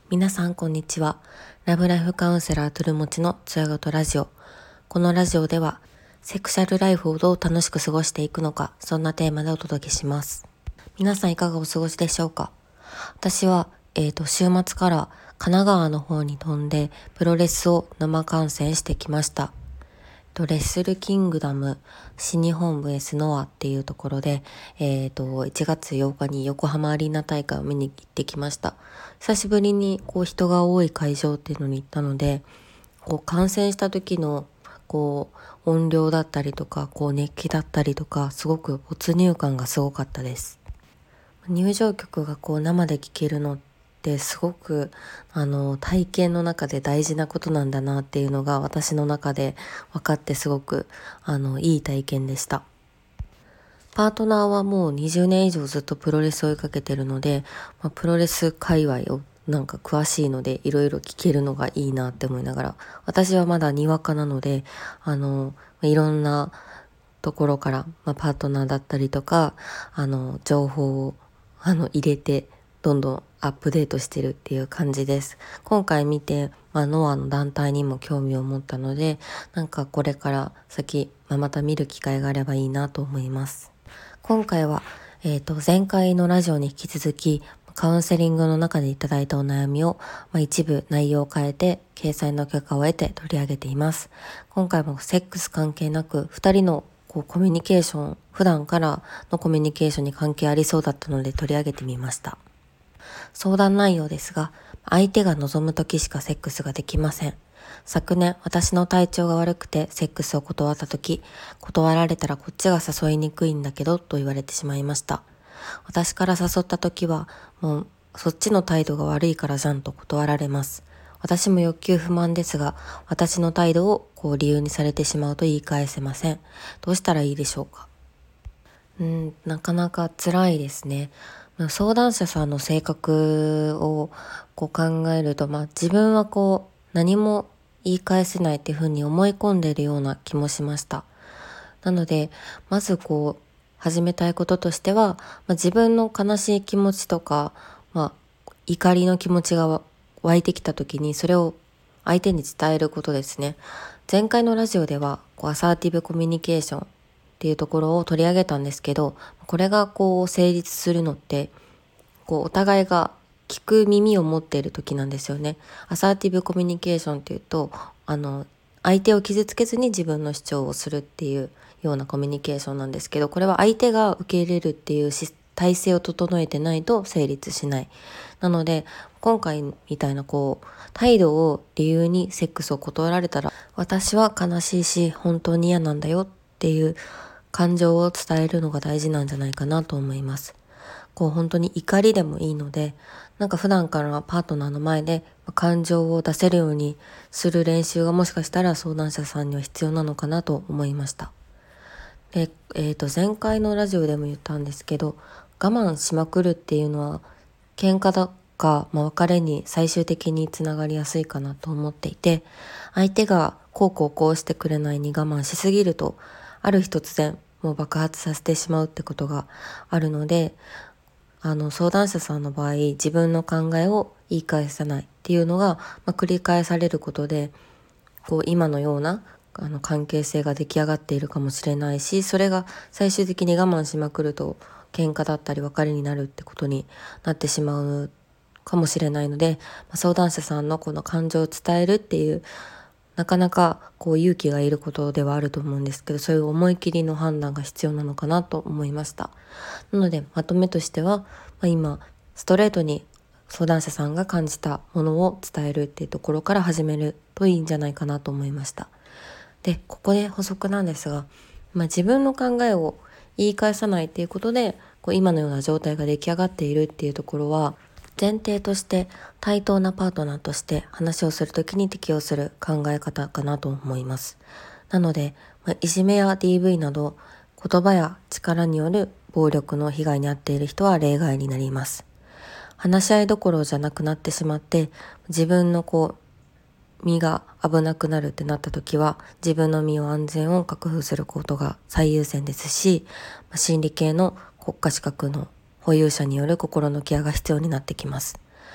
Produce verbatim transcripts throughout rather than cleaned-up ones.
皆さんこんにちは。ラブライフカウンセラートゥルモチのつやごとラジオ。このラジオではセクシャルライフをどう楽しく過ごしていくのか、そんなテーマでお届けします。皆さんいかがお過ごしでしょうか。私は、えーと、週末から神奈川の方に飛んでプロレスを生観戦してきました。レッスルキングダム新日本 ブイエス ノアっていうところで、えーと、いちがつようかに横浜アリーナ大会を見に行ってきました。久しぶりにこう人が多い会場っていうのに行ったので、こう観戦した時のこう音量だったりとか、こう熱気だったりとか、すごく没入感がすごかったです。入場曲がこう生で聴けるのってすごくあの体験の中で大事なことなんだなっていうのが私の中で分かって、すごくあのいい体験でした。パートナーはもうにじゅうねん以上ずっとプロレスを追いかけてるので、まあ、プロレス界隈をなんか詳しいのでいろいろ聞けるのがいいなって思いながら、私はまだにわかなのであのいろんなところから、まあ、パートナーだったりとかあの情報をあの入れてどんどんアップデートしてるっていう感じです。今回見て、まあ、ノアの団体にも興味を持ったので、なんかこれから先、まあ、また見る機会があればいいなと思います。今回は、えーと、前回のラジオに引き続きカウンセリングの中でいただいたお悩みを、まあ、一部内容を変えて掲載の許可を得て取り上げています。今回もセックス関係なくふたりのこうコミュニケーション、普段からのコミュニケーションに関係ありそうだったので取り上げてみました。相談内容ですが、相手が望む時しかセックスができません。昨年、私の体調が悪くてセックスを断った時、断られたらこっちが誘いにくいんだけどと言われてしまいました。私から誘った時は、もうそっちの態度が悪いからじゃんと断られます。私も欲求不満ですが、私の態度をこう理由にされてしまうと言い返せません。どうしたらいいでしょうか。うん、なかなか辛いですね。相談者さんの性格をこう考えると、まあ、自分はこう何も言い返せないっていうふうに思い込んでいるような気もしました。なのでまずこう始めたいこととしては、まあ、自分の悲しい気持ちとか、まあ、怒りの気持ちが湧いてきた時にそれを相手に伝えることですね。前回のラジオではこうアサーティブコミュニケーションっていうところを取り上げたんですけど、これがこう成立するのってこうお互いが聞く耳を持っている時なんですよね。アサーティブコミュニケーションっていうと、あの相手を傷つけずに自分の主張をするっていうようなコミュニケーションなんですけど、これは相手が受け入れるっていう体制を整えてないと成立しない。なので今回みたいなこう態度を理由にセックスを断られたら、私は悲しいし本当に嫌なんだよっていう感情を伝えるのが大事なんじゃないかなと思います。こう本当に怒りでもいいので、なんか普段からパートナーの前で感情を出せるようにする練習がもしかしたら相談者さんには必要なのかなと思いました。で、えーと、前回のラジオでも言ったんですけど、我慢しまくるっていうのは喧嘩だか、まあ、別れに最終的につながりやすいかなと思っていて、相手がこうこうこうしてくれないに我慢しすぎると、ある日突然もう爆発させてしまうってことがあるので、あの相談者さんの場合、自分の考えを言い返さないっていうのが、まあ、繰り返されることで、こう今のようなあの関係性が出来上がっているかもしれないし、それが最終的に我慢しまくると喧嘩だったり別れになるってことになってしまうかもしれないので、まあ、相談者さんのこの感情を伝えるっていう、なかなかこう勇気がいることではあると思うんですけど、そういう思い切りの判断が必要なのかなと思いました。なのでまとめとしては、まあ、今ストレートに相談者さんが感じたものを伝えるっていうところから始めるといいんじゃないかなと思いました。で、ここで補足なんですが、まあ、自分の考えを言い返さないっていうことでこう今のような状態が出来上がっているっていうところは、前提として対等なパートナーとして話をするときに適用する考え方かなと思います。なので、まあ、いじめや ディーブイ など言葉や力による暴力の被害に遭っている人は例外になります。話し合いどころじゃなくなってしまって、自分のこう身が危なくなるってなった時は、自分の身を安全を確保することが最優先ですし、心理系の国家資格の保有者による心のケアが必要になってきます。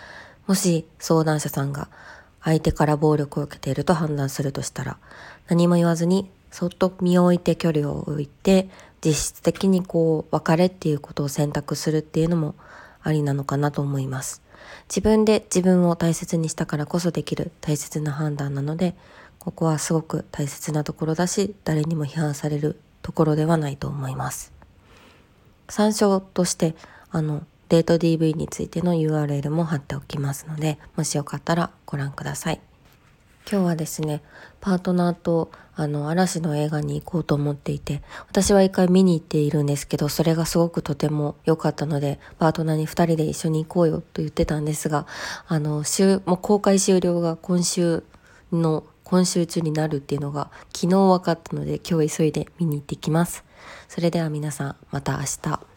もし相談者さんが相手から暴力を受けていると判断するとしたら、何も言わずにそっと身を置いて距離を置いて、実質的にこう別れっていうことを選択するっていうのもありなのかなと思います。自分で自分を大切にしたからこそできる大切な判断なので、ここはすごく大切なところだし、誰にも批判されるところではないと思います。参照としてあのデート ディーブイ についての ユーアールエル も貼っておきますので、もしよかったらご覧ください。今日はですね、パートナーとあの嵐の映画に行こうと思っていて、私は一回見に行っているんですけど、それがすごくとても良かったので、パートナーにふたりで一緒に行こうよと言ってたんですが、あの週もう公開終了が今週の今週中になるっていうのが昨日分かったので、今日急いで見に行ってきます。それでは皆さん、また明日。